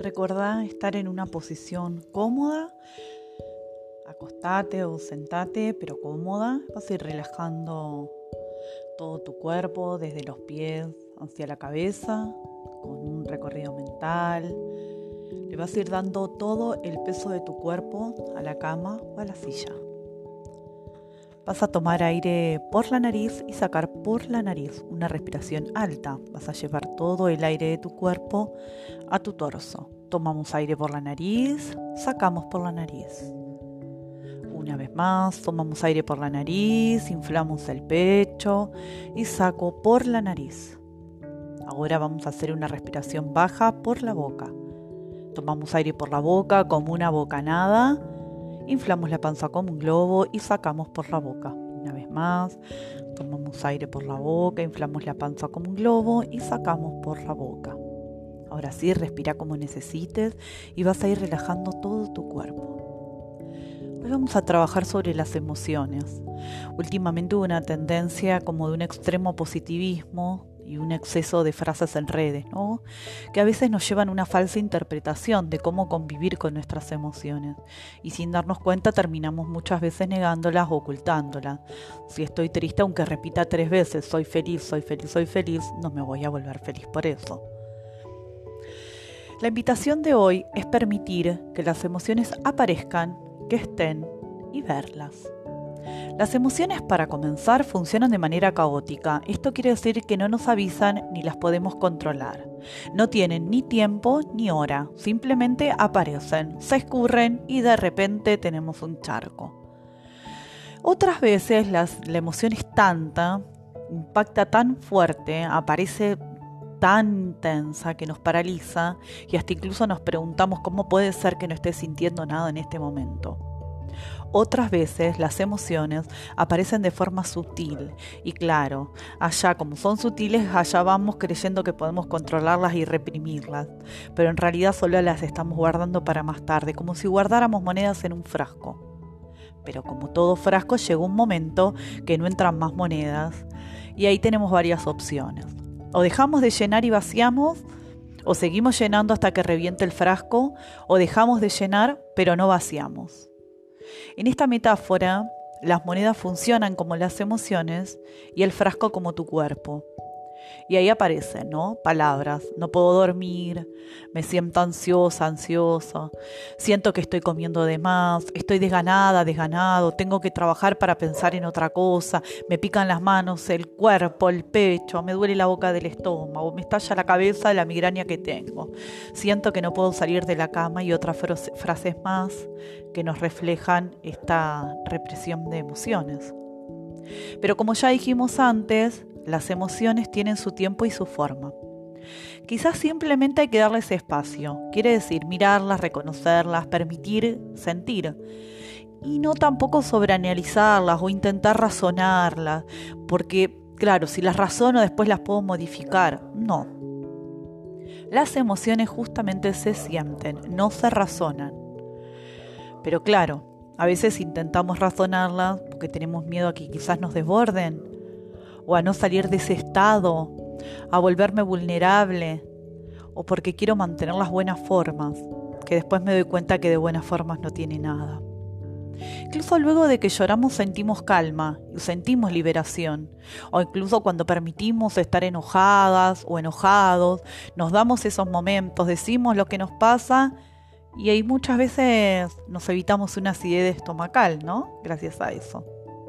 Recordá estar en una posición cómoda, acostate o sentate, pero cómoda. Vas a ir relajando todo tu cuerpo, desde los pies hacia la cabeza, con un recorrido mental. Le vas a ir dando todo el peso de tu cuerpo a la cama o a la silla. Vas a tomar aire por la nariz y sacar por la nariz, una respiración alta. Vas a llevar todo el aire de tu cuerpo a tu torso. Tomamos aire por la nariz, sacamos por la nariz. Una vez más, tomamos aire por la nariz, inflamos el pecho y saco por la nariz. Ahora vamos a hacer una respiración baja por la boca. Tomamos aire por la boca como una bocanada. Inflamos la panza como un globo y sacamos por la boca. Una vez más, tomamos aire por la boca, inflamos la panza como un globo y sacamos por la boca. Ahora sí, respira como necesites y vas a ir relajando todo tu cuerpo. Hoy vamos a trabajar sobre las emociones. Últimamente hubo una tendencia como de un extremo positivismo y un exceso de frases en redes, ¿no? Que a veces nos llevan a una falsa interpretación de cómo convivir con nuestras emociones. Y sin darnos cuenta terminamos muchas veces negándolas o ocultándolas. Si estoy triste, aunque repita 3 veces, soy feliz, soy feliz, soy feliz, no me voy a volver feliz por eso. La invitación de hoy es permitir que las emociones aparezcan, que estén y verlas. Las emociones, para comenzar, funcionan de manera caótica. Esto quiere decir que no nos avisan ni las podemos controlar. No tienen ni tiempo ni hora. Simplemente aparecen, se escurren y de repente tenemos un charco. Otras veces la emoción es tanta, impacta tan fuerte, aparece tan intensa que nos paraliza y hasta incluso nos preguntamos cómo puede ser que no esté sintiendo nada en este momento. Otras veces las emociones aparecen de forma sutil y claro, allá como son sutiles, allá vamos creyendo que podemos controlarlas y reprimirlas, pero en realidad solo las estamos guardando para más tarde, como si guardáramos monedas en un frasco. Pero como todo frasco llega un momento que no entran más monedas y ahí tenemos varias opciones. O dejamos de llenar y vaciamos, o seguimos llenando hasta que reviente el frasco, o dejamos de llenar pero no vaciamos. En esta metáfora, las monedas funcionan como las emociones y el frasco como tu cuerpo. Y ahí aparecen, ¿no? Palabras, no puedo dormir, me siento ansiosa, siento que estoy comiendo de más, estoy desganada, desganado, tengo que trabajar para pensar en otra cosa, me pican las manos, el cuerpo, el pecho, me duele la boca del estómago, me estalla la cabeza de la migraña que tengo, siento que no puedo salir de la cama y otras frases más que nos reflejan esta represión de emociones. Pero como ya dijimos antes, las emociones tienen su tiempo y su forma. Quizás simplemente hay que darles espacio, quiere decir mirarlas, reconocerlas, permitir sentir. Y no tampoco sobreanalizarlas o intentar razonarlas, porque claro, si las razono después las puedo modificar. No. Las emociones justamente se sienten, no se razonan. Pero claro, a veces intentamos razonarlas porque tenemos miedo a que quizás nos desborden, o a no salir de ese estado, a volverme vulnerable, o porque quiero mantener las buenas formas, que después me doy cuenta que de buenas formas no tiene nada. Incluso luego de que lloramos sentimos calma y sentimos liberación, o incluso cuando permitimos estar enojadas o enojados, nos damos esos momentos, decimos lo que nos pasa y ahí muchas veces nos evitamos una acidez estomacal, ¿no? Gracias a eso.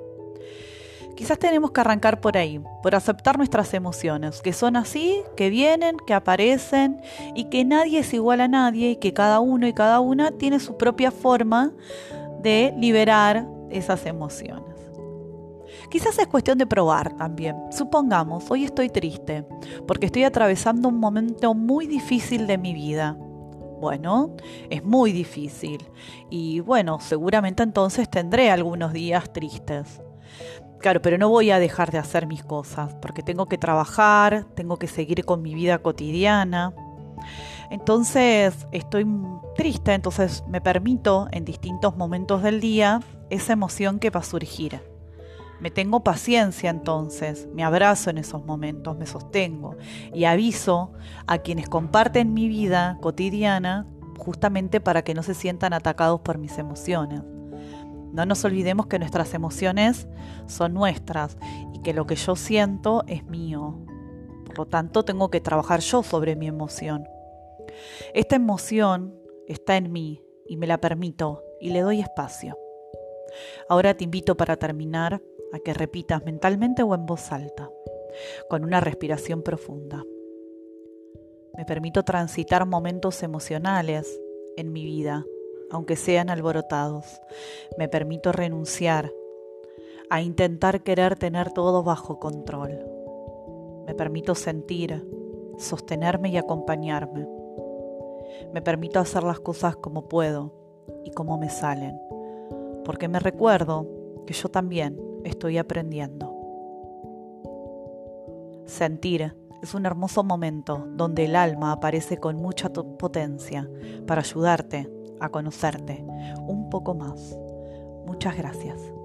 Quizás tenemos que arrancar por ahí, por aceptar nuestras emociones, que son así, que vienen, que aparecen y que nadie es igual a nadie y que cada uno y cada una tiene su propia forma de liberar esas emociones. Quizás es cuestión de probar también. Supongamos, hoy estoy triste porque estoy atravesando un momento muy difícil de mi vida. Bueno, es muy difícil y bueno, seguramente entonces tendré algunos días tristes. Claro, pero no voy a dejar de hacer mis cosas porque tengo que trabajar, tengo que seguir con mi vida cotidiana. Entonces estoy triste, entonces me permito en distintos momentos del día esa emoción que va a surgir. Me tengo paciencia entonces, me abrazo en esos momentos, me sostengo y aviso a quienes comparten mi vida cotidiana justamente para que no se sientan atacados por mis emociones. No nos olvidemos que nuestras emociones son nuestras y que lo que yo siento es mío. Por lo tanto, tengo que trabajar yo sobre mi emoción. Esta emoción está en mí y me la permito y le doy espacio. Ahora te invito para terminar a que repitas mentalmente o en voz alta, con una respiración profunda. Me permito transitar momentos emocionales en mi vida, aunque sean alborotados. Me permito renunciar a intentar querer tener todo bajo control. Me permito sentir, sostenerme y acompañarme. Me permito hacer las cosas como puedo y como me salen, porque me recuerdo que yo también estoy aprendiendo. Sentir es un hermoso momento donde el alma aparece con mucha potencia para ayudarte a conocerte un poco más. Muchas gracias.